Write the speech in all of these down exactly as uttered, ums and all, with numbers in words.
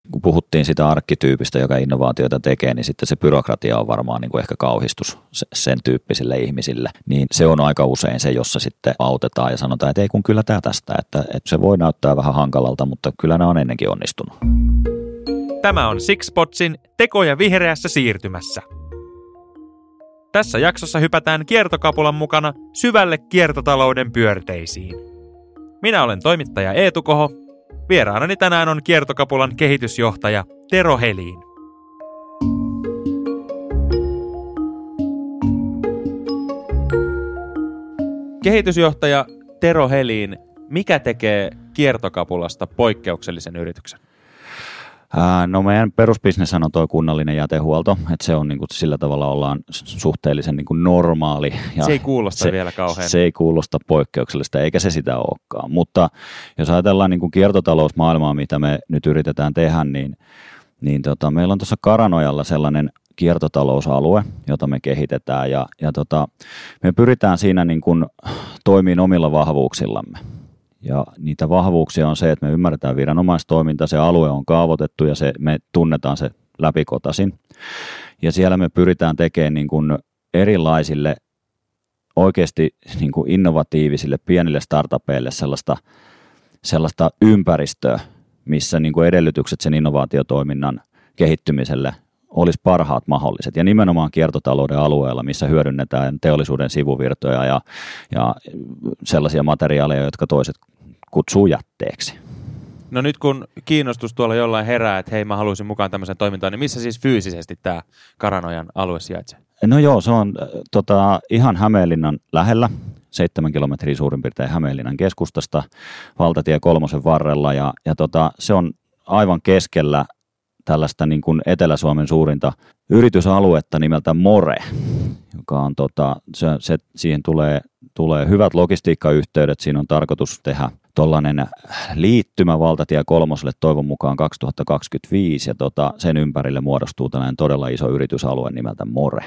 kun puhuttiin sitä arkkityypistä, joka innovaatioita tekee, niin sitten se byrokratia on varmaan niin kuin ehkä kauhistus sen tyyppisille ihmisille. Niin se on aika usein se, jossa sitten autetaan ja sanotaan, että ei kun kyllä tämä tästä, että, että se voi näyttää vähän hankalalta, mutta kyllä nämä on ennenkin onnistunut. Tämä on Sixpotsin tekoja vihreässä siirtymässä. Tässä jaksossa hypätään kiertokapulan mukana syvälle kiertotalouden pyörteisiin. Minä olen toimittaja Eetu Koho. Vieraanani tänään on kiertokapulan kehitysjohtaja Tero Helin. Kehitysjohtaja Tero Helin, mikä tekee kiertokapulasta poikkeuksellisen yrityksen? No meidän perusbisnes on tuo kunnallinen jätehuolto, että se on niin kuin, sillä tavalla ollaan suhteellisen niin kuin normaali. Ja se ei kuulosta se, vielä kauhean. Se ei kuulosta poikkeuksellista, eikä se sitä olekaan. Mutta jos ajatellaan niin kuin kiertotalousmaailmaa, mitä me nyt yritetään tehdä, niin, niin tota, meillä on tuossa Karanojalla sellainen kiertotalousalue, jota me kehitetään ja, ja tota, me pyritään siinä niin kuin toimimaan omilla vahvuuksillamme. Ja niitä vahvuuksia on se, että me ymmärretään viranomaistoiminta, se alue on kaavoitettu ja se, me tunnetaan se läpikotaisin. Ja siellä me pyritään tekemään niin kuin erilaisille oikeasti niin kuin innovatiivisille pienille startupeille sellaista, sellaista ympäristöä, missä niin kuin edellytykset sen innovaatiotoiminnan kehittymiselle olisi parhaat mahdolliset. Ja nimenomaan kiertotalouden alueella, missä hyödynnetään teollisuuden sivuvirtoja ja, ja sellaisia materiaaleja, jotka toiset kutsuu jätteeksi. No nyt kun kiinnostus tuolla jollain herää, että hei mä haluaisin mukaan tämmöiseen toimintaan, niin missä siis fyysisesti tämä Karanojan alue sijaitsee? No joo, se on tota, ihan Hämeenlinnan lähellä, seitsemän kilometriä suurin piirtein Hämeenlinnan keskustasta, valtatie kolmosen varrella ja, ja tota, se on aivan keskellä tällaista niin kuin Etelä-Suomen suurinta yritysaluetta nimeltä More, joka on tota, se, se, siihen tulee, tulee hyvät logistiikkayhteydet, siinä on tarkoitus tehdä tuollainen liittymä valtatie kolmoselle toivon mukaan kaksituhattakaksikymmentäviisi ja tota, sen ympärille muodostuu tällainen todella iso yritysalue nimeltä More.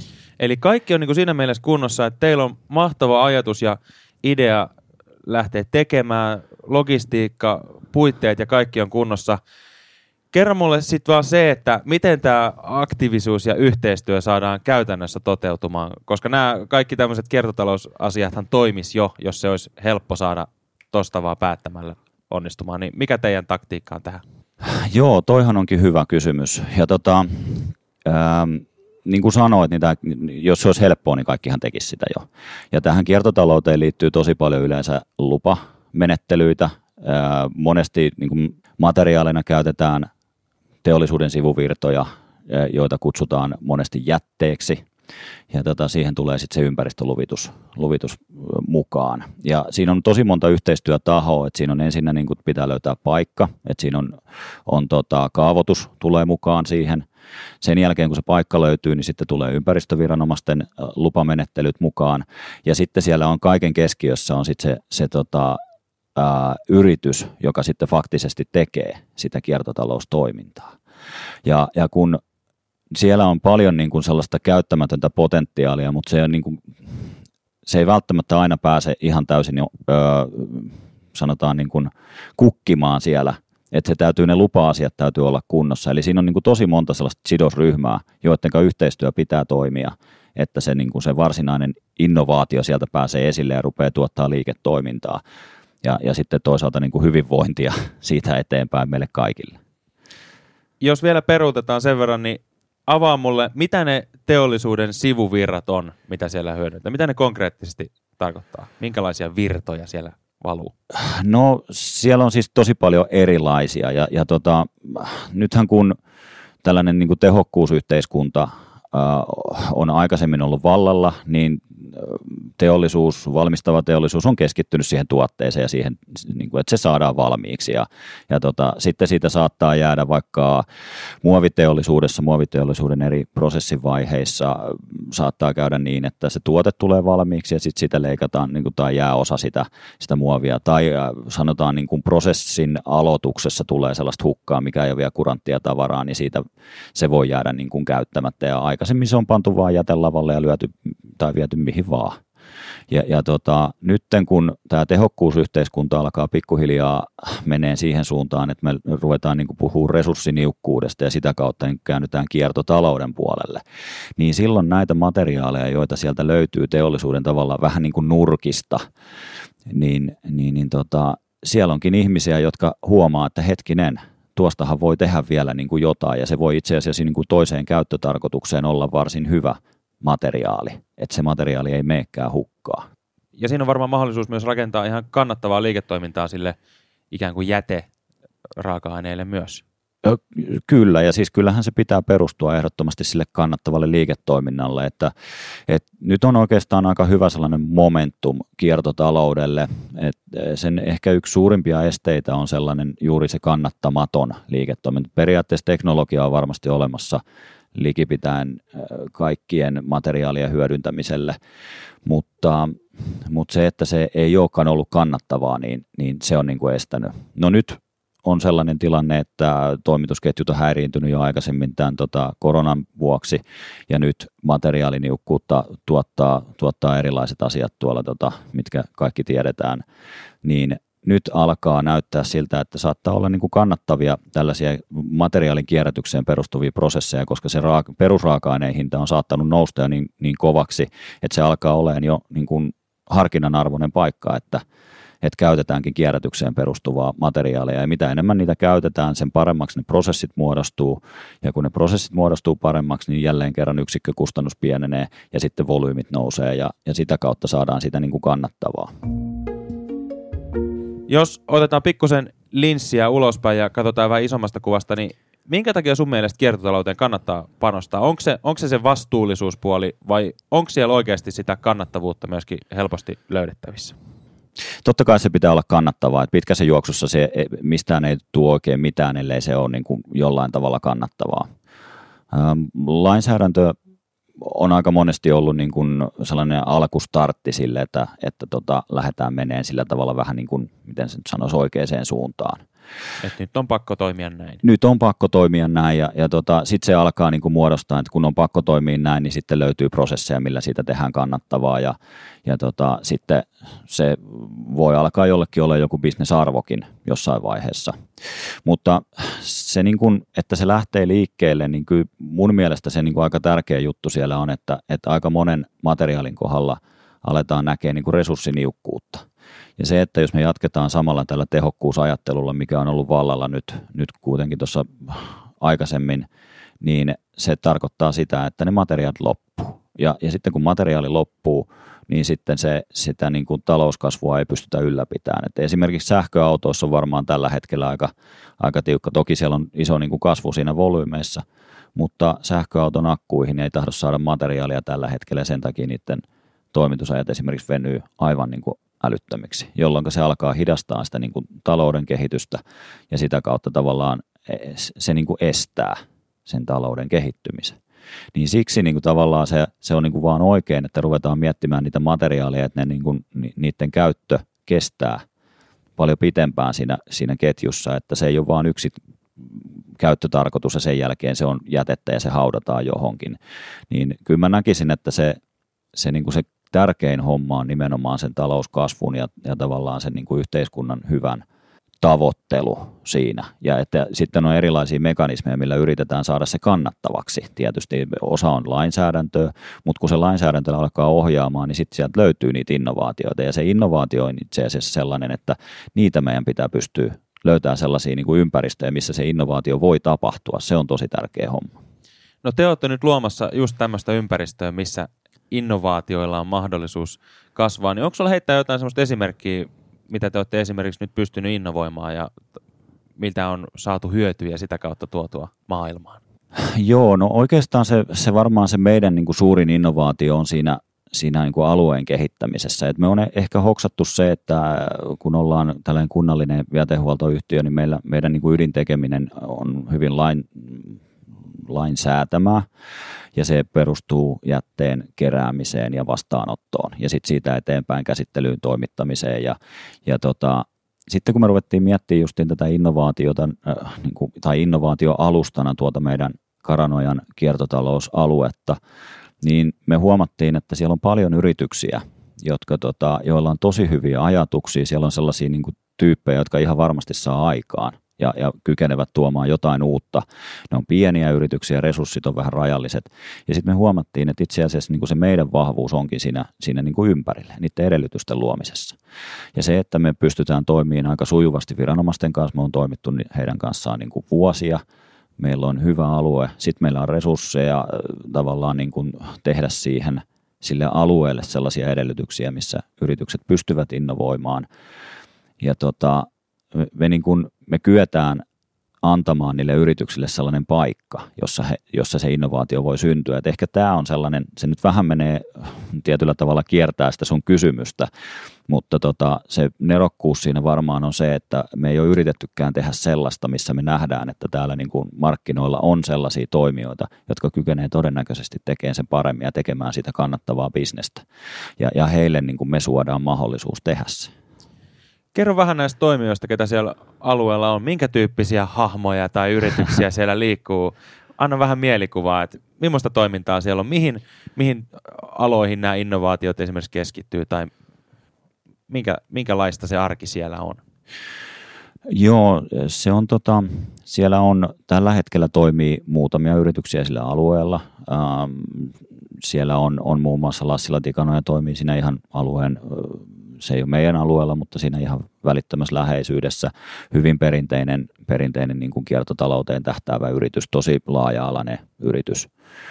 Eli kaikki on niin kuin siinä mielessä kunnossa, että teillä on mahtava ajatus ja idea lähteä tekemään, logistiikka, puitteet ja kaikki on kunnossa. Kerro mulle sitten vaan se, että miten tämä aktiivisuus ja yhteistyö saadaan käytännössä toteutumaan, koska nämä kaikki tämmöiset kiertotalousasiathan toimisi jo, jos se olisi helppo saada tosta vaan päättämällä onnistumaan. Niin mikä teidän taktiikka on tähän? Joo, toihan onkin hyvä kysymys. Ja tota, ähm, niin kuin sanoit, niin tää, jos se olisi helppoa, niin kaikkihan tekisi sitä jo. Ja tähän kiertotalouteen liittyy tosi paljon yleensä lupamenettelyitä. Äh, monesti niin kuin materiaalina käytetään teollisuuden sivuvirtoja, joita kutsutaan monesti jätteeksi, ja tota, siihen tulee sitten se ympäristöluvitus luvitus mukaan. Ja siinä on tosi monta yhteistyötahoa, että siinä on ensinnä niin kuin pitää löytää paikka, että siinä on, on tota, kaavoitus tulee mukaan siihen. Sen jälkeen kun se paikka löytyy, niin sitten tulee ympäristöviranomaisten lupamenettelyt mukaan, ja sitten siellä on kaiken keskiössä on sitten se, se tota, ää, yritys, joka sitten faktisesti tekee sitä kiertotaloustoimintaa. Ja, ja kun siellä on paljon niin kuin sellaista käyttämätöntä potentiaalia, mutta se, on niin kuin, se ei välttämättä aina pääse ihan täysin öö, sanotaan niin kuin kukkimaan siellä, että se täytyy, ne lupa-asiat täytyy olla kunnossa. Eli siinä on niin kuin tosi monta sellaista sidosryhmää, joiden yhteistyö pitää toimia, että se, niin kuin se varsinainen innovaatio sieltä pääsee esille ja rupeaa tuottaa liiketoimintaa ja, ja sitten toisaalta niin kuin hyvinvointia siitä eteenpäin meille kaikille. Jos vielä peruutetaan sen verran, niin avaa mulle, mitä ne teollisuuden sivuvirrat on, mitä siellä hyödyntää? Mitä ne konkreettisesti tarkoittaa? Minkälaisia virtoja siellä valuu? No siellä on siis tosi paljon erilaisia ja, ja tota, nythän kun tällainen niin kuin tehokkuusyhteiskunta äh, on aikaisemmin ollut vallalla, niin teollisuus, valmistava teollisuus on keskittynyt siihen tuotteeseen ja siihen, niin kuin, että se saadaan valmiiksi. Ja, ja tota, sitten siitä saattaa jäädä vaikka muoviteollisuudessa, muoviteollisuuden eri prosessivaiheissa saattaa käydä niin, että se tuote tulee valmiiksi ja sitten sitä leikataan niin kuin, tai jää osa sitä, sitä muovia. Tai sanotaan niin kuin prosessin aloituksessa tulee sellaista hukkaa, mikä ei ole vielä kuranttia tavaraa, niin siitä se voi jäädä niin kuin käyttämättä. Ja aikaisemmin se on pantu vaan jätelavalle ja lyöty tai viety mihin vaan. Ja, ja tota, nytten kun tämä tehokkuusyhteiskunta alkaa pikkuhiljaa menee siihen suuntaan, että me ruvetaan niin kuin puhumaan resurssiniukkuudesta ja sitä kautta niin käännytään kiertotalouden puolelle, niin silloin näitä materiaaleja, joita sieltä löytyy teollisuuden tavalla vähän niin kuin nurkista, niin, niin, niin tota, siellä onkin ihmisiä, jotka huomaa, että hetkinen, tuostahan voi tehdä vielä niin kuin jotain ja se voi itse asiassa niin kuin toiseen käyttötarkoitukseen olla varsin hyvä materiaali, että se materiaali ei meekään hukkaa. Ja siinä on varmaan mahdollisuus myös rakentaa ihan kannattavaa liiketoimintaa sille ikään kuin jäteraaka-aineille myös. Kyllä, ja siis kyllähän se pitää perustua ehdottomasti sille kannattavalle liiketoiminnalle, että, että nyt on oikeastaan aika hyvä sellainen momentum kiertotaloudelle, että sen ehkä yksi suurimpia esteitä on sellainen juuri se kannattamaton liiketoiminta. Periaatteessa teknologia on varmasti olemassa likipitäen kaikkien materiaalien hyödyntämiselle, mutta, mutta se, että se ei olekaan ollut kannattavaa, niin, niin se on niin kuin estänyt. No nyt on sellainen tilanne, että toimitusketjut on häiriintynyt jo aikaisemmin tämän tota, koronan vuoksi, ja nyt materiaaliniukkuutta tuottaa, tuottaa erilaiset asiat tuolla, tota, mitkä kaikki tiedetään, niin nyt alkaa näyttää siltä, että saattaa olla niin kuin kannattavia tällaisia materiaalin kierrätykseen perustuvia prosesseja, koska se raaka, perusraaka-aineen hinta on saattanut nousta jo niin, niin kovaksi, että se alkaa olemaan jo niin kuin harkinnan arvoinen paikka, että että käytetäänkin kierrätykseen perustuvaa materiaalia, ja mitä enemmän niitä käytetään, sen paremmaksi ne prosessit muodostuu, ja kun ne prosessit muodostuu paremmaksi, niin jälleen kerran yksikkökustannus pienenee, ja sitten volyymit nousee, ja, ja sitä kautta saadaan sitä niin kuin kannattavaa. Jos otetaan pikkusen linssiä ulospäin ja katsotaan vähän isommasta kuvasta, niin minkä takia sun mielestä kiertotalouteen kannattaa panostaa? Onko se, onko se se vastuullisuuspuoli, vai onko siellä oikeasti sitä kannattavuutta myöskin helposti löydettävissä? Totta kai se pitää olla kannattavaa, että pitkässä juoksussa se mistään ei tule oikein mitään, ellei se ole niin kuin jollain tavalla kannattavaa. Ähm, lainsäädäntö on aika monesti ollut niin kuin sellainen alkustartti sille, että, että tota, lähdetään meneen sillä tavalla vähän niin kuin, miten se nyt sanoisi, oikeaan suuntaan. Et nyt on pakko toimia näin. Nyt on pakko toimia näin, ja, ja tota, sitten se alkaa niin kuin muodostaa, että kun on pakko toimia näin, niin sitten löytyy prosesseja, millä siitä tehdään kannattavaa, ja, ja tota, sitten se voi alkaa jollekin olla joku bisnesarvokin jossain vaiheessa. Mutta se, niin kuin, että se lähtee liikkeelle, niin kyllä mun mielestä se niin kuin aika tärkeä juttu siellä on, että, että aika monen materiaalin kohdalla aletaan näkemään niin kuin resurssiniukkuutta. Ja se, että jos me jatketaan samalla tällä tehokkuusajattelulla, mikä on ollut vallalla nyt, nyt kuitenkin tuossa aikaisemmin, niin se tarkoittaa sitä, että ne materiaalit loppuu. Ja, ja sitten kun materiaali loppuu, niin sitten se, sitä niin kuin talouskasvua ei pystytä ylläpitämään. Et esimerkiksi sähköautoissa on varmaan tällä hetkellä aika, aika tiukka. Toki siellä on iso niin kuin kasvu siinä volyymeissa, mutta sähköauton akkuihin ei tahdo saada materiaalia tällä hetkellä, ja sen takia niiden toimitusajat esimerkiksi venyy aivan niin kuin älyttömiksi, jolloin se alkaa hidastaa sitä niin kuin talouden kehitystä, ja sitä kautta tavallaan se niin kuin estää sen talouden kehittymisen. Niin siksi niin kuin tavallaan se, se on niin kuin vaan oikein, että ruvetaan miettimään niitä materiaaleja, että ne niin kuin, niiden käyttö kestää paljon pitempään siinä, siinä ketjussa, että se ei ole vaan yksi käyttötarkoitus ja sen jälkeen se on jätettä ja se haudataan johonkin. Niin kyllä mä näkisin, että se, se, niin kuin se tärkein homma on nimenomaan sen talouskasvun ja, ja tavallaan sen niin kuin yhteiskunnan hyvän tavoittelu siinä. Ja että sitten on erilaisia mekanismeja, millä yritetään saada se kannattavaksi. Tietysti osa on lainsäädäntöä, mutta kun se lainsäädäntö alkaa ohjaamaan, niin sitten sieltä löytyy niitä innovaatioita. Ja se innovaatio on itse asiassa sellainen, että niitä meidän pitää pystyä löytämään sellaisia niin kuin ympäristöjä, missä se innovaatio voi tapahtua. Se on tosi tärkeä homma. No te olette nyt luomassa just tämmöistä ympäristöä, missä innovaatioilla on mahdollisuus kasvaa. Niin onko sulla heittää jotain sellaista esimerkkiä, mitä te olette esimerkiksi nyt pystynyt innovoimaan ja miltä on saatu hyötyä ja sitä kautta tuotua maailmaan? Joo, no oikeastaan se, se varmaan se meidän niin kuin suurin innovaatio on siinä, siinä niin kuin alueen kehittämisessä. Et me on ehkä hoksattu se, että kun ollaan tällainen kunnallinen jätehuoltoyhtiö, niin meillä, meidän niin kuin ydintekeminen on hyvin lain, lainsäätämää. Ja se perustuu jätteen keräämiseen ja vastaanottoon ja sitten siitä eteenpäin käsittelyyn, toimittamiseen. Ja, ja tota, sitten kun me ruvettiin miettimään justiin tätä innovaatiota äh, niin kuin, tai innovaatioalustana tuota meidän Karanojan kiertotalousaluetta, niin me huomattiin, että siellä on paljon yrityksiä, jotka, tota, joilla on tosi hyviä ajatuksia. Siellä on sellaisia niin kuin tyyppejä, jotka ihan varmasti saa aikaan ja, ja kykenevät tuomaan jotain uutta. Ne on pieniä yrityksiä, resurssit on vähän rajalliset. Ja sitten me huomattiin, että itse asiassa niin kuin se meidän vahvuus onkin siinä, siinä niin kuin ympärille, niiden edellytysten luomisessa. Ja se, että me pystytään toimimaan aika sujuvasti viranomaisten kanssa, me on toimittu heidän kanssaan niin kuin vuosia, meillä on hyvä alue, sitten meillä on resursseja tavallaan niin kuin tehdä siihen sille alueelle sellaisia edellytyksiä, missä yritykset pystyvät innovoimaan. Ja tota, me, me, niin kuin, me kyetään antamaan niille yrityksille sellainen paikka, jossa, he, jossa se innovaatio voi syntyä. Et ehkä tämä on sellainen, se nyt vähän menee tietyllä tavalla kiertää sitä sun kysymystä, mutta tota, se nerokkuus siinä varmaan on se, että me ei ole yritettykään tehdä sellaista, missä me nähdään, että täällä niin kuin markkinoilla on sellaisia toimijoita, jotka kykenevät todennäköisesti tekemään sen paremmin ja tekemään sitä kannattavaa bisnestä. Ja, ja heille niin kuin me suodaan mahdollisuus tehdä se. Kerro vähän näistä toimijoista, ketä siellä alueella on. Minkä tyyppisiä hahmoja tai yrityksiä siellä liikkuu? Anna vähän mielikuvaa, että millaista toimintaa siellä on, mihin, mihin aloihin nämä innovaatiot esimerkiksi keskittyy tai minkä, minkälaista se arki siellä on? Joo, se on tota, siellä on, tällä hetkellä toimii muutamia yrityksiä sillä alueella. Ähm, siellä on, on muun muassa Lassila Tikanoja toimii siinä ihan alueen, se ei ole meidän alueella, mutta siinä ihan välittömässä läheisyydessä hyvin perinteinen, perinteinen niin kuin kiertotalouteen tähtäävä yritys, tosi laaja-alainen yritys.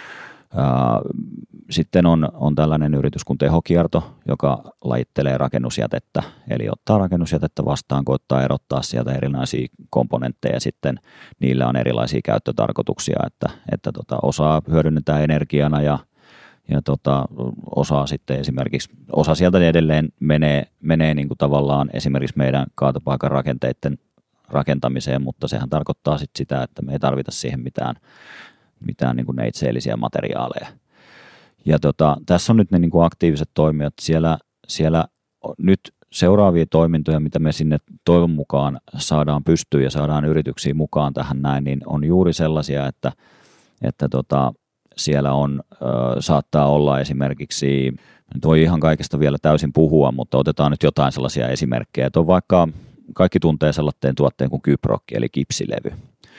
Sitten on, on tällainen yritys kuin Tehokierto, joka lajittelee rakennusjätettä, eli ottaa rakennusjätettä vastaan, koittaa erottaa sieltä erilaisia komponentteja, sitten niillä on erilaisia käyttötarkoituksia, että, että tota, osaa hyödynnetään energiana ja Ja tota, osa sitten esimerkiksi, osa sieltä edelleen menee, menee niin kuin tavallaan esimerkiksi meidän kaatopaikan rakenteiden rakentamiseen, mutta sehän tarkoittaa sitten sitä, että me ei tarvita siihen mitään, mitään niin kuin neitseellisiä materiaaleja. Ja tota, tässä on nyt ne niin kuin aktiiviset toimijat. Siellä, siellä nyt seuraavia toimintoja, mitä me sinne toivon mukaan saadaan pystyyn ja saadaan yrityksiä mukaan tähän näin, niin on juuri sellaisia, että, että tota, siellä on, ö, saattaa olla esimerkiksi, nyt voi ihan kaikesta vielä täysin puhua, mutta otetaan nyt jotain sellaisia esimerkkejä, että on vaikka, kaikki tuntee sellaisen tuotteen kuin kyprokki, eli kipsilevy.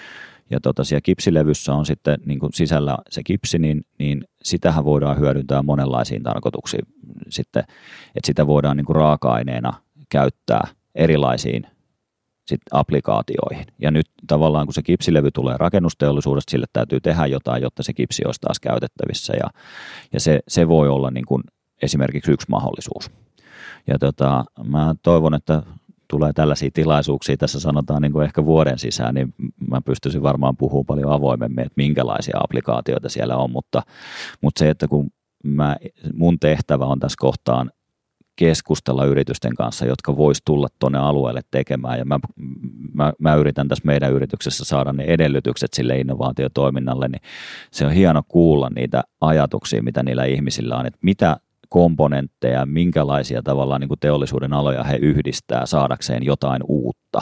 Ja tota, siellä kipsilevyssä on sitten niin kuin sisällä se kipsi, niin, niin sitähän voidaan hyödyntää monenlaisiin tarkoituksiin. Sitten, että sitä voidaan niin kuin raaka-aineena käyttää erilaisiin sit applikaatioihin. Ja nyt tavallaan kun se kipsilevy tulee rakennusteollisuudesta, sille täytyy tehdä jotain, jotta se kipsi olisi taas käytettävissä. Ja, ja se, se voi olla niin kuin esimerkiksi yksi mahdollisuus. Ja tota, mä toivon, että tulee tällaisia tilaisuuksia, tässä sanotaan niin kuin ehkä vuoden sisään, niin mä pystyisin varmaan puhumaan paljon avoimemmin, että minkälaisia applikaatioita siellä on, mutta, mutta se, että kun mä, mun tehtävä on tässä kohtaan keskustella yritysten kanssa, jotka vois tulla tuonne alueelle tekemään, ja mä, mä, mä yritän tässä meidän yrityksessä saada ne edellytykset sille innovaatiotoiminnalle, niin se on hieno kuulla niitä ajatuksia, mitä niillä ihmisillä on, että mitä komponentteja, minkälaisia tavallaan niin kuin teollisuuden aloja he yhdistää saadakseen jotain uutta.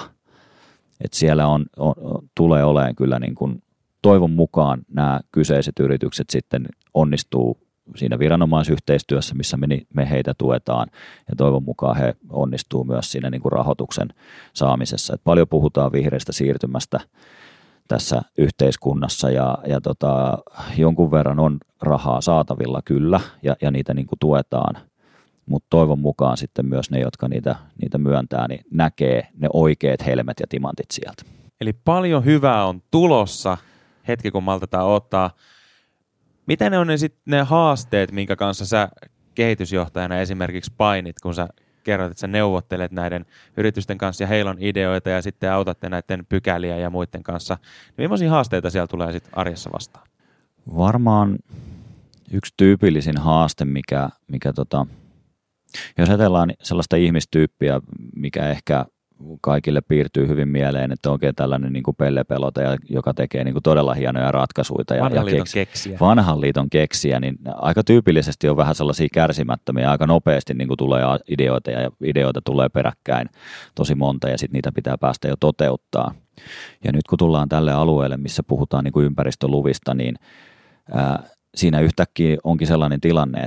Et siellä on, on, tulee olemaan kyllä niin kuin, toivon mukaan nämä kyseiset yritykset sitten onnistuu siinä viranomaisyhteistyössä, missä me, me heitä tuetaan, ja toivon mukaan he onnistuu myös siinä niin kuin rahoituksen saamisessa. Et paljon puhutaan vihreästä siirtymästä tässä yhteiskunnassa, ja, ja tota, jonkun verran on rahaa saatavilla kyllä, ja, ja niitä niin kuin tuetaan, mutta toivon mukaan sitten myös ne, jotka niitä, niitä myöntää, niin näkee ne oikeat helmet ja timantit sieltä. Eli paljon hyvää on tulossa hetki, kun maltetaan ottaa. Mitä ne on ne, sit, ne haasteet, minkä kanssa sä kehitysjohtajana esimerkiksi painit, kun sä kerrot, että sä neuvottelet näiden yritysten kanssa ja heillä on ideoita ja sitten autatte näiden pykäliä ja muiden kanssa. Niin millaisia haasteita siellä tulee sitten arjessa vastaan? Varmaan yksi tyypillisin haaste, mikä, mikä tota, jos ajatellaan sellaista ihmistyyppiä, mikä ehkä kaikille piirtyy hyvin mieleen, että oikein tällainen niin kuin pellepelote, joka tekee niin kuin todella hienoja ratkaisuja. Vanhan ja liiton keks, keksiä. Vanhan liiton keksiä, niin aika tyypillisesti on vähän sellaisia kärsimättömiä, aika nopeasti niin kuin tulee ideoita ja ideoita tulee peräkkäin tosi monta ja sitten niitä pitää päästä jo toteuttaa. Ja nyt kun tullaan tälle alueelle, missä puhutaan niin kuin ympäristöluvista, niin ää, siinä yhtäkkiä onkin sellainen tilanne, että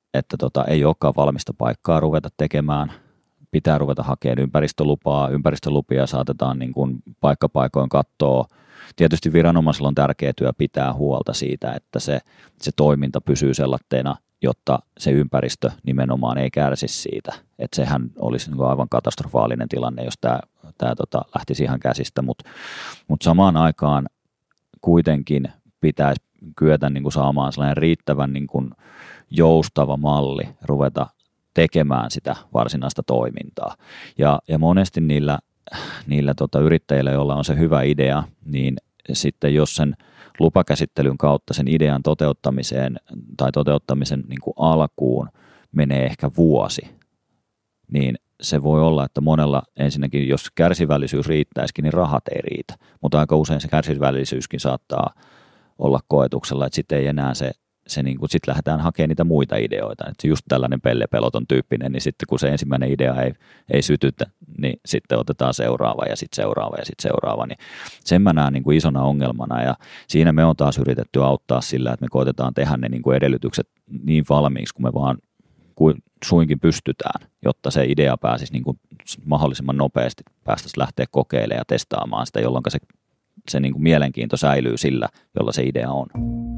että tota, ei olekaan valmista paikkaa ruveta tekemään. Pitää ruveta hakemaan ympäristölupaa. Ympäristölupia saatetaan niin kuin paikkapaikoin katsoa. Tietysti viranomaisilla on tärkeä työ pitää huolta siitä, että se, se toiminta pysyy sellaisena, jotta se ympäristö nimenomaan ei kärsisi siitä. Että sehän olisi niin kuin aivan katastrofaalinen tilanne, jos tämä, tämä tota, lähtisi ihan käsistä, mutta mut samaan aikaan kuitenkin pitäisi kyetä niin kuin saamaan sellainen riittävän niin kuin joustava malli ruveta tekemään sitä varsinaista toimintaa. Ja, ja monesti niillä, niillä tota yrittäjillä, joilla on se hyvä idea, niin sitten jos sen lupakäsittelyn kautta sen idean toteuttamiseen tai toteuttamisen niin kuin alkuun menee ehkä vuosi, niin se voi olla, että monella ensinnäkin, jos kärsivällisyys riittäisikin, niin rahat ei riitä. Mutta aika usein se kärsivällisyyskin saattaa olla koetuksella, että sitten ei enää se, se niin kuin, sitten lähdetään hakemaan niitä muita ideoita. Että just tällainen pellepeloton tyyppinen, niin sitten kun se ensimmäinen idea ei, ei sytytä, niin sitten otetaan seuraava ja sitten seuraava ja sitten seuraava. Niin sen mä näen niin kuin isona ongelmana ja siinä me on taas yritetty auttaa sillä, että me koitetaan tehdä ne niin kuin edellytykset niin valmiiksi, kun me vaan kuin suinkin pystytään, jotta se idea pääsisi niin kuin mahdollisimman nopeasti päästäisiin lähteä kokeilemaan ja testaamaan sitä, jolloin se, se niin kuin mielenkiinto säilyy sillä, jolla se idea on.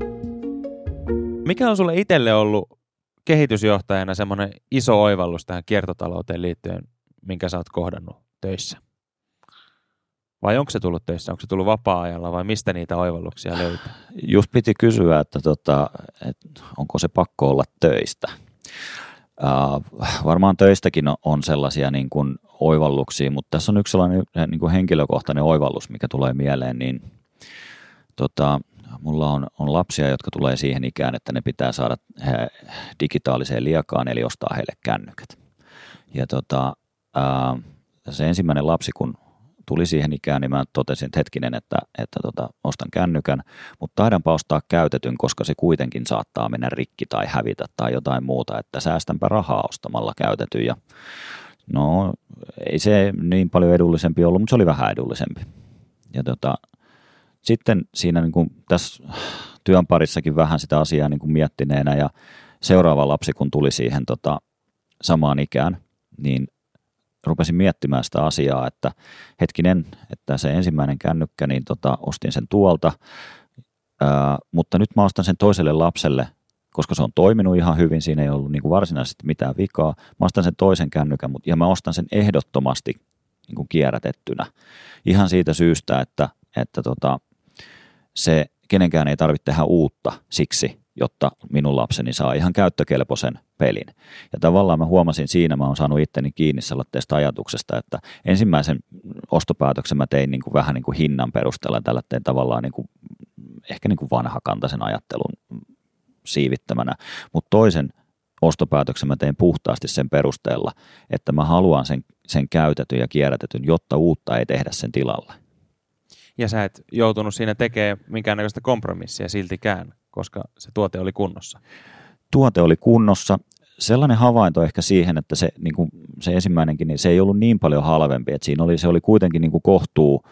Mikä on sulle itselle ollut kehitysjohtajana semmoinen iso oivallus tähän kiertotalouteen liittyen, minkä sä oot kohdannut töissä? Vai onko se tullut töissä? Onko se tullut vapaa-ajalla vai mistä niitä oivalluksia löytää? Just piti kysyä, että, tota, että onko se pakko olla töistä. Uh, varmaan töistäkin on sellaisia niin kuin oivalluksia, mutta tässä on yksi sellainen niin kuin henkilökohtainen oivallus, mikä tulee mieleen, niin tota, mulla on, on lapsia, jotka tulee siihen ikään, että ne pitää saada digitaaliseen liekaan, eli ostaa heille kännykät. Ja tota, uh, se ensimmäinen lapsi, kun tuli siihen ikään, niin mä totesin, että hetkinen, että, että tota, ostan kännykän, mutta taidanpa ostaa käytetyn, koska se kuitenkin saattaa mennä rikki tai hävitä tai jotain muuta, että säästänpä rahaa ostamalla käytetyn. Ja no, ei se niin paljon edullisempi ollut, mutta se oli vähän edullisempi. Ja tota, sitten siinä niin kuin tässä työn parissakin vähän sitä asiaa niin kuin miettineenä ja seuraava lapsi, kun tuli siihen tota, samaan ikään, niin rupesin miettimään sitä asiaa, että hetkinen, että se ensimmäinen kännykkä, niin tota, ostin sen tuolta, ää, mutta nyt mä ostan sen toiselle lapselle, koska se on toiminut ihan hyvin, siinä ei ollut niin kuin varsinaisesti mitään vikaa. Mä ostan sen toisen kännykän ja mä ostan sen ehdottomasti niin kuin kierrätettynä. Ihan siitä syystä, että, että tota, se kenenkään ei tarvitse tehdä uutta siksi, jotta minun lapseni saa ihan käyttökelpoisen pelin. Ja tavallaan mä huomasin siinä, mä oon saanut itteni kiinni sellaisesta ajatuksesta, että ensimmäisen ostopäätöksen mä tein niin kuin vähän niin kuin hinnan perusteella, tällä tein tavallaan niin kuin, ehkä niin kuin vanhakantaisen ajattelun siivittämänä, mutta toisen ostopäätöksen mä tein puhtaasti sen perusteella, että mä haluan sen, sen käytetyn ja kierrätetyn, jotta uutta ei tehdä sen tilalle. Ja sä et joutunut siinä tekemään minkäännäköistä kompromissia siltikään, koska se tuote oli kunnossa. Tuote oli kunnossa. Sellainen havainto ehkä siihen, että se, niin kuin se ensimmäinenkin, niin se ei ollut niin paljon halvempi, että siinä oli, se oli kuitenkin niin kuin kohtuu,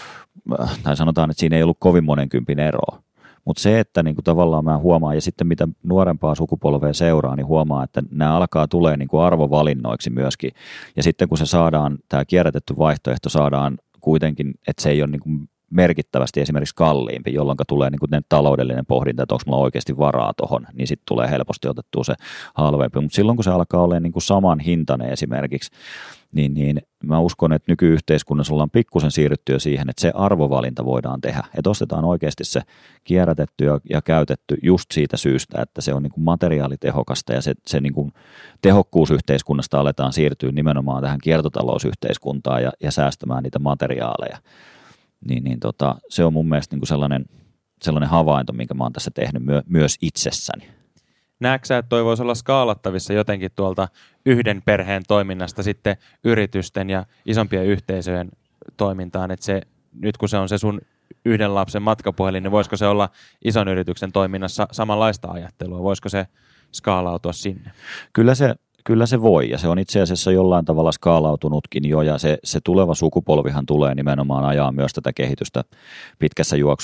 tai sanotaan, että siinä ei ollut kovin monen kympin eroa. Mutta se, että niin kuin tavallaan mä huomaan, ja sitten mitä nuorempaa sukupolvea seuraa, niin huomaa, että nämä alkaa tulee niin kuin arvovalinnoiksi myöskin. Ja sitten kun se saadaan, tämä kierrätetty vaihtoehto saadaan kuitenkin, että se ei ole niin kuin merkittävästi esimerkiksi kalliimpi, jolloin tulee niin kuin taloudellinen pohdinta, että onko mulla oikeasti varaa tuohon, niin sitten tulee helposti otettua se halvempi. Mutta silloin, kun se alkaa olla niin kuin saman hintainen esimerkiksi, niin, niin mä uskon, että nykyyhteiskunnassa ollaan pikkusen siirrytty jo siihen, että se arvovalinta voidaan tehdä. Että ostetaan oikeasti se kierrätetty ja, ja käytetty just siitä syystä, että se on niin kuin materiaalitehokasta ja se, se niin kuin tehokkuusyhteiskunnasta aletaan siirtyä nimenomaan tähän kiertotalousyhteiskuntaan ja, ja säästämään niitä materiaaleja. Niin, niin tota, se on mun mielestä niin kuin sellainen, sellainen havainto, minkä mä oon tässä tehnyt myö, myös itsessäni. Näetkö sä, että toi voisi olla skaalattavissa jotenkin tuolta yhden perheen toiminnasta sitten yritysten ja isompien yhteisöjen toimintaan, että se, nyt kun se on se sun yhden lapsen matkapuhelin, niin voisiko se olla ison yrityksen toiminnassa samanlaista ajattelua? Voisiko se skaalautua sinne? Kyllä se Kyllä se voi, ja se on itse asiassa jollain tavalla skaalautunutkin jo, ja se, se tuleva sukupolvihan tulee nimenomaan ajaa myös tätä kehitystä pitkässä juoksussa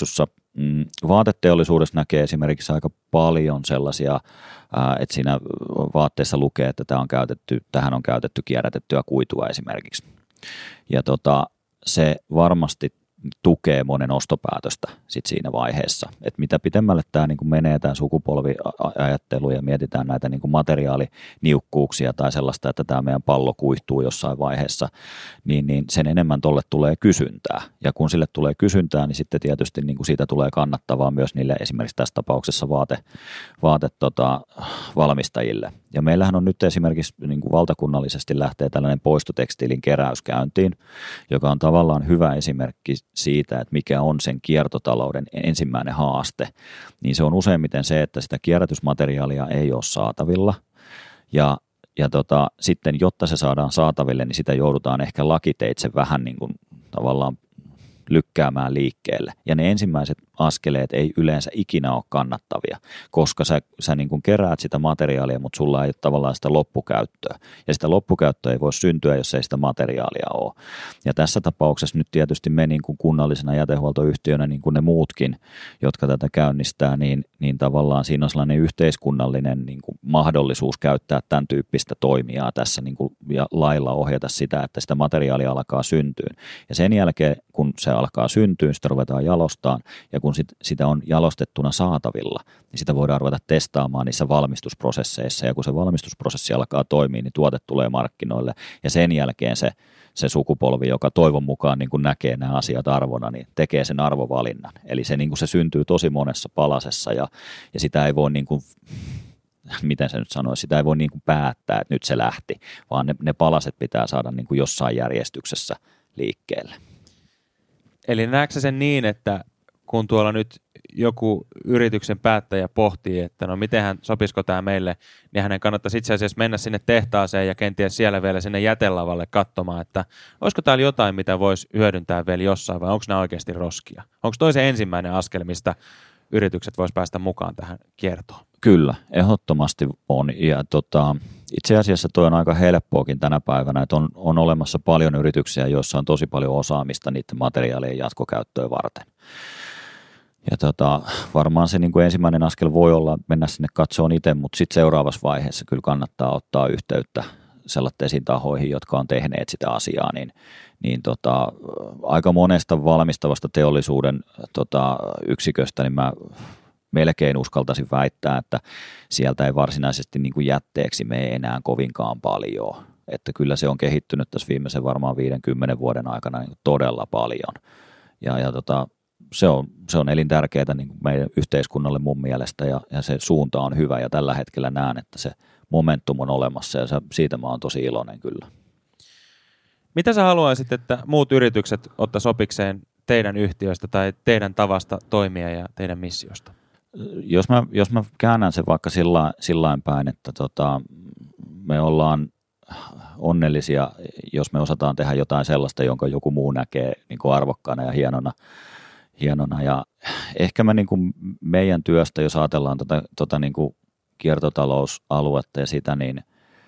mm, vaateteollisuudessa näkee esimerkiksi aika paljon sellaisia, ää, että siinä vaatteessa lukee, että tämä on käytetty, tähän on käytetty kierrätettyä kuitua esimerkiksi. Ja tota, se varmasti tukee monen ostopäätöstä sit siinä vaiheessa. Et mitä pitemmälle tämä niinku menee, tämä sukupolviajattelu, ja mietitään näitä niinku materiaaliniukkuuksia tai sellaista, että tämä meidän pallo kuihtuu jossain vaiheessa, niin, niin sen enemmän tolle tulee kysyntää. Ja kun sille tulee kysyntää, niin sitten tietysti niinku siitä tulee kannattavaa myös niille esimerkiksi tässä tapauksessa vaate, vaate tota, valmistajille. Ja meillähän on nyt esimerkiksi niinku valtakunnallisesti lähtee tällainen poistotekstiilin keräys käyntiin, joka on tavallaan hyvä esimerkki siitä, että mikä on sen kiertotalouden ensimmäinen haaste, niin se on useimmiten se, että sitä kierrätysmateriaalia ei ole saatavilla, ja, ja tota, sitten jotta se saadaan saataville, niin sitä joudutaan ehkä lakiteitse vähän niin kuin tavallaan lykkäämään liikkeelle. Ja ne ensimmäiset askeleet ei yleensä ikinä ole kannattavia, koska sä, sä niin kuin keräät sitä materiaalia, mutta sulla ei ole tavallaan sitä loppukäyttöä. Ja sitä loppukäyttöä ei voi syntyä, jos ei sitä materiaalia ole. Ja tässä tapauksessa nyt tietysti me niin kuin kunnallisena jätehuoltoyhtiönä, niin kuin ne muutkin, jotka tätä käynnistää, niin, niin tavallaan siinä on sellainen yhteiskunnallinen niin kuin mahdollisuus käyttää tämän tyyppistä toimijaa tässä niin kuin, ja lailla ohjata sitä, että sitä materiaalia alkaa syntyä. Ja sen jälkeen, kun se alkaa syntyä, sitä ruvetaan jalostamaan, ja kun sit, sitä on jalostettuna saatavilla, niin sitä voidaan ruveta testaamaan niissä valmistusprosesseissa, ja kun se valmistusprosessi alkaa toimia, niin tuote tulee markkinoille, ja sen jälkeen se, se sukupolvi, joka toivon mukaan niin kun näkee nämä asiat arvona, niin tekee sen arvovalinnan. Eli se, niin kun se syntyy tosi monessa palasessa, ja, ja sitä ei voi niin kuin, miten se nyt sanoisi, sitä ei voi niin kuin päättää, että nyt se lähti, vaan ne, ne palaset pitää saada niin kuin jossain järjestyksessä liikkeelle. Eli näetkö sen niin, että kun tuolla nyt joku yrityksen päättäjä pohtii, että no mitenhän sopisiko tämä meille, niin hänen kannattaisi itse asiassa mennä sinne tehtaaseen ja kenties siellä vielä sinne jätelavalle katsomaan, että olisiko täällä jotain, mitä voisi hyödyntää vielä jossain, vai onko nämä oikeasti roskia? Onko toi se ensimmäinen askel, mistä yritykset vois päästä mukaan tähän kiertoon? Kyllä, ehdottomasti on. Ja tota, itse asiassa toi on aika helppoakin tänä päivänä, että on, on olemassa paljon yrityksiä, joissa on tosi paljon osaamista niiden materiaalien jatkokäyttöä varten. Ja tota, varmaan se niin kuin ensimmäinen askel voi olla mennä sinne katsomaan itse, mutta sitten seuraavassa vaiheessa kyllä kannattaa ottaa yhteyttä sellaisiin tahoihin, jotka on tehneet sitä asiaa, niin, niin tota, aika monesta valmistavasta teollisuuden tota, yksiköstä, niin mä melkein uskaltaisin väittää, että sieltä ei varsinaisesti niin kuin jätteeksi mene enää kovinkaan paljon. Että kyllä se on kehittynyt tässä viimeisen varmaan viidenkymmenen vuoden aikana niin todella paljon. Ja, ja tota, se on, se on elintärkeää niin kuin meidän yhteiskunnalle mun mielestä, ja, ja se suunta on hyvä, ja tällä hetkellä näen, että se momentum on olemassa, ja se, siitä mä oon tosi iloinen kyllä. Mitä sä haluaisit, että muut yritykset ottaisi opikseen teidän yhtiöstä tai teidän tavasta toimia ja teidän missiosta? Jos mä, jos mä käännän sen vaikka sillä, sillain päin, että tota, me ollaan onnellisia, jos me osataan tehdä jotain sellaista, jonka joku muu näkee niin kuin arvokkaana ja hienona. hienona. Ja ehkä me niin kuin meidän työstä, jos ajatellaan tota, tota niin kuin kiertotalousaluetta ja sitä, niin,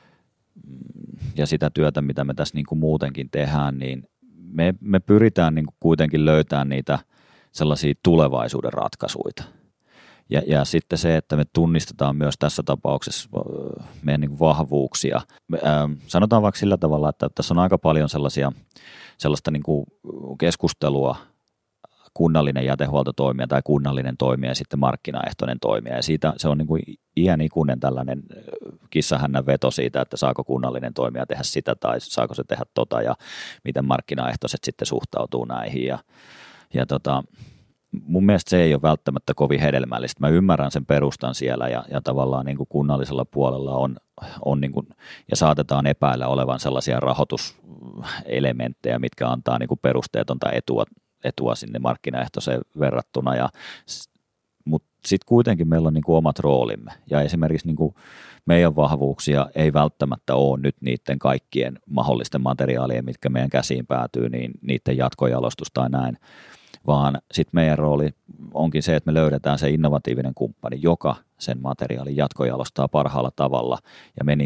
ja sitä työtä, mitä me tässä niin kuin muutenkin tehdään, niin me, me pyritään niin kuin kuitenkin löytämään niitä sellaisia tulevaisuuden ratkaisuja. Ja, ja sitten se, että me tunnistetaan myös tässä tapauksessa meidän niin kuin vahvuuksia. Ähm, sanotaan vaikka sillä tavalla, että tässä on aika paljon sellaisia, sellaista niin kuin keskustelua, kunnallinen jätehuoltotoimija tai kunnallinen toimija ja sitten markkinaehtoinen toimija. Ja siitä se on niin kuin iän ikuinen tällainen kissahännän veto siitä, että saako kunnallinen toimija tehdä sitä tai saako se tehdä tota ja miten markkinaehtoiset sitten suhtautuu näihin. Ja, ja tota, mun mielestä se ei ole välttämättä kovin hedelmällistä. Mä ymmärrän sen perustan siellä, ja, ja tavallaan niin kuin kunnallisella puolella on, on niin kuin, ja saatetaan epäillä olevan sellaisia rahoituselementtejä, mitkä antaa niin kuin perusteetonta etua, etua sinne markkinaehtoiseen verrattuna. Ja, mutta sitten kuitenkin meillä on niin kuin omat roolimme, ja esimerkiksi niin kuin meidän vahvuuksia ei välttämättä ole nyt niiden kaikkien mahdollisten materiaalien, mitkä meidän käsiin päätyy, niin niiden jatkojalostus tai näin, vaan sitten meidän rooli onkin se, että me löydetään se innovatiivinen kumppani, joka sen materiaalin jatkojalostaa parhaalla tavalla, ja me niin kuin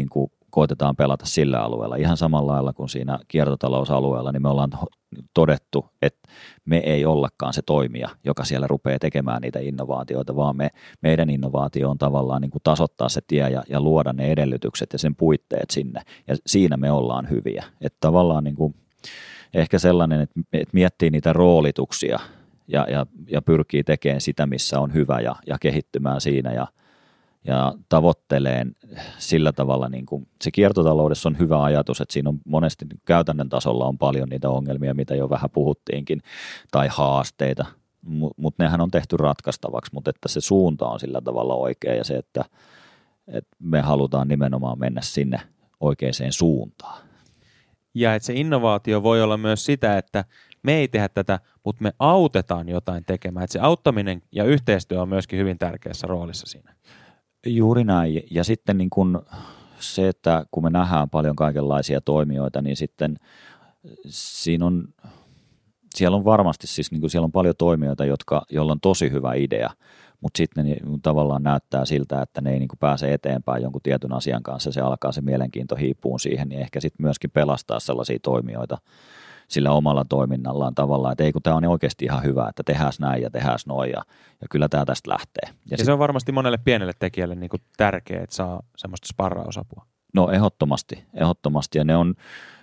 koitetaan pelata sillä alueella. Ihan samalla lailla kuin siinä kiertotalousalueella, niin me ollaan todettu, että me ei ollakaan se toimija, joka siellä rupeaa tekemään niitä innovaatioita, vaan me, meidän innovaatio on tavallaan niin kuin tasoittaa se tie ja, ja luoda ne edellytykset ja sen puitteet sinne. Ja siinä me ollaan hyviä. Että tavallaan niin kuin ehkä sellainen, että, että miettii niitä roolituksia ja, ja, ja pyrkii tekemään sitä, missä on hyvä ja, ja kehittymään siinä ja ja tavoitteleen sillä tavalla, niin kuin se kiertotaloudessa on hyvä ajatus, että siinä on monesti käytännön tasolla on paljon niitä ongelmia, mitä jo vähän puhuttiinkin, tai haasteita, mutta mut nehän on tehty ratkaistavaksi, mutta että se suunta on sillä tavalla oikea ja se, että, että me halutaan nimenomaan mennä sinne oikeaan suuntaan. Ja että se innovaatio voi olla myös sitä, että me ei tehdä tätä, mutta me autetaan jotain tekemään, että se auttaminen ja yhteistyö on myöskin hyvin tärkeässä roolissa siinä. Juuri näin. Ja sitten niin kun se, että kun me nähdään paljon kaikenlaisia toimijoita, niin sitten siinä on, siellä on varmasti siis niin kun siellä on paljon toimijoita, jotka, joilla on tosi hyvä idea, mutta sitten ne niin tavallaan näyttää siltä, että ne ei niin kun pääse eteenpäin jonkun tietyn asian kanssa, se alkaa se mielenkiinto hiipuun siihen, niin ehkä sitten myöskin pelastaa sellaisia toimijoita sillä omalla toiminnallaan tavallaan, että ei kun tämä on oikeasti ihan hyvä, että tehdään näin ja tehdään noin ja, ja kyllä tämä tästä lähtee. Ja, ja sit, se on varmasti monelle pienelle tekijälle niin kuin tärkeää, että saa semmoista sparrausapua. No ehdottomasti, ehdottomasti ja ne on,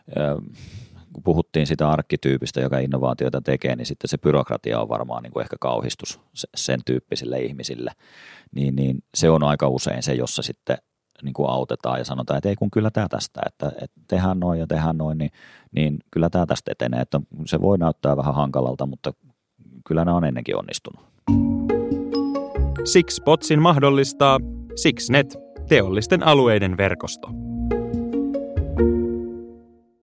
kun puhuttiin sitä arkkityypistä, joka innovaatioita tekee, niin sitten se byrokratia on varmaan niin kuin ehkä kauhistus sen tyyppisille ihmisille, niin, niin se on aika usein se, jossa sitten niin kuin autetaan ja sanotaan, että ei kun kyllä tämä tästä, että, että tehdään noin ja tehdään noin, niin, niin kyllä tämä tästä etenee, että se voi näyttää vähän hankalalta, mutta kyllä nämä on ennenkin onnistunut. SIX Spotsin mahdollistaa SIXnet, teollisten alueiden verkosto.